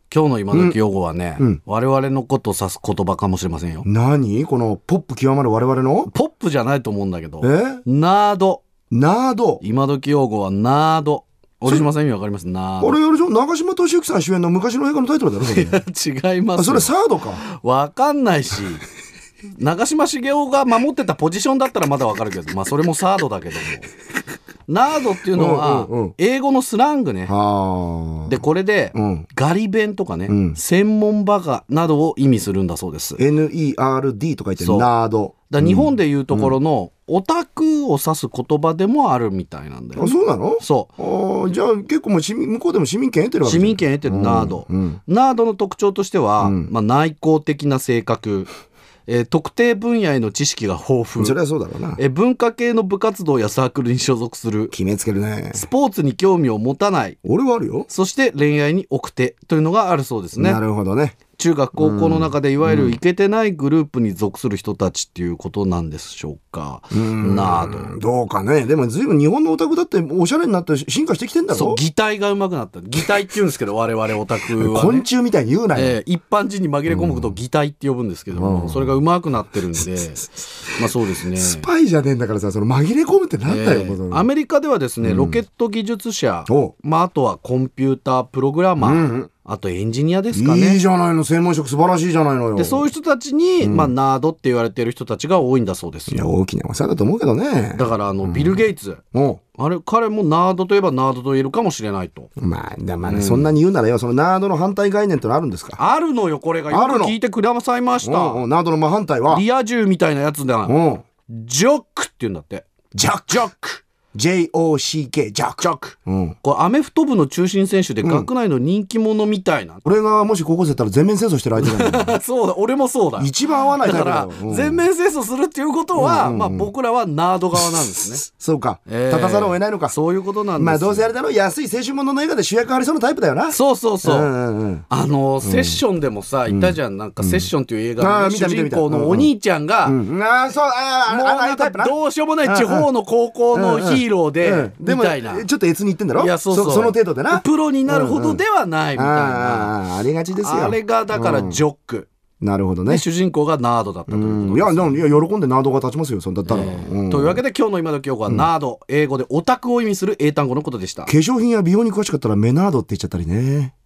今日の今時用語はね、我々のことを指す言葉かもしれませんよ。 何このポップ極まる我々のポップじゃないと思うんだけど、ナード。 ナード。 今時用語はナード。折島さん意味わかります？ナード。 あれやるでしょ、長嶋俊之さん主演の昔の映画のタイトルだろそれ。 違いますよ。 それサードか。 わかんないし長嶋茂雄が守ってたポジションだったらまだわかるけど、まあそれもサードだけどもナードっていうのは英語のスラングね。でこれでガリ弁とかね、専門バカなどを意味するんだそうです。 NERD と書いてナードだ。日本でいうところのオタクを指す言葉でもあるみたいなんだよね。 あ、そうなの？ そう。 じゃあ結構もう向こうでも市民権得てるわけですね。 市民権得てるナード、ナードの特徴としては、まあ、内向的な性格、特定分野への知識が豊富。 それはそうだろうな。 文化系の部活動やサークルに所属する。 決めつけるね。 スポーツに興味を持たない。 俺はあるよ。 そして恋愛に奥手というのがあるそうですね。 なるほどね。 中学高校の中でいわゆるイケてないグループに属する人たちっていうことなんでしょうか。ナード。 どうかね。でも随分日本のオタクだっておしゃれになって進化してきてんだろ。 そう、擬態が上手くなった。擬態って言うんですけど我々オタクは、ね、 昆虫みたいに言うなよ。 一般人に紛れ込むことを擬態って呼ぶんですけども、それが上手くなってるんでまあそうですね。 スパイじゃねえんだからさ、その紛れ込むってなんだよ、 アメリカではですね、ロケット技術者、まあ、あとはコンピュータープログラマー、あとエンジニアですかね。 いいじゃないの、専門職素晴らしいじゃないのよ。 でそういう人たちに、まあ、ナードって言われてる人たちが多いんだそうですよ。 いや大きなお世話だと思うけどね。 だからビル・ゲイツ、あれ彼もナードといえばナードと言えるかもしれないと。 まあ、そんなに言うならよ、そのナードの反対概念ってのあるんですか？ あるのよ、これがよく聞いてくださいました。 ナードの真反対はリア充みたいなやつだ。ジョックって言うんだって。ジョック JOCK ジャック。 これアメフト部の中心選手で学内の人気者みたいな。 俺がもし高校生だったら全面戦争してる相手だよ。 そうだ、俺もそうだ。 一番合わないタイプだよ。 だから全面戦争するっていうことは、まあ僕らはナード側なんですね。 そうか、立たざるを得ないのか。 そういうことなんです。 まあどうせあれだろ、安い青春ものの映画で主役張りそうなタイプだよな。 そうそうそう。セッションでもさ、いたじゃん、なんかセッションっていう映画の主人公のお兄ちゃんが、もうなんかどうしようもない地方の高校のヒーローでみたいな。 ちょっと越に言ってんだろ。 いや、そうそう、 その程度でな。 プロになるほどではないみたいな。 ありがちですよ。 あれがだからジョック。 なるほどね。 主人公がナードだったということです。 いや喜んでナードが立ちますよ、そんだったら。というわけで今日の今時用語はナード、英語でオタクを意味する英単語のことでした。 化粧品や美容に詳しかったらメナードって言っちゃったりね。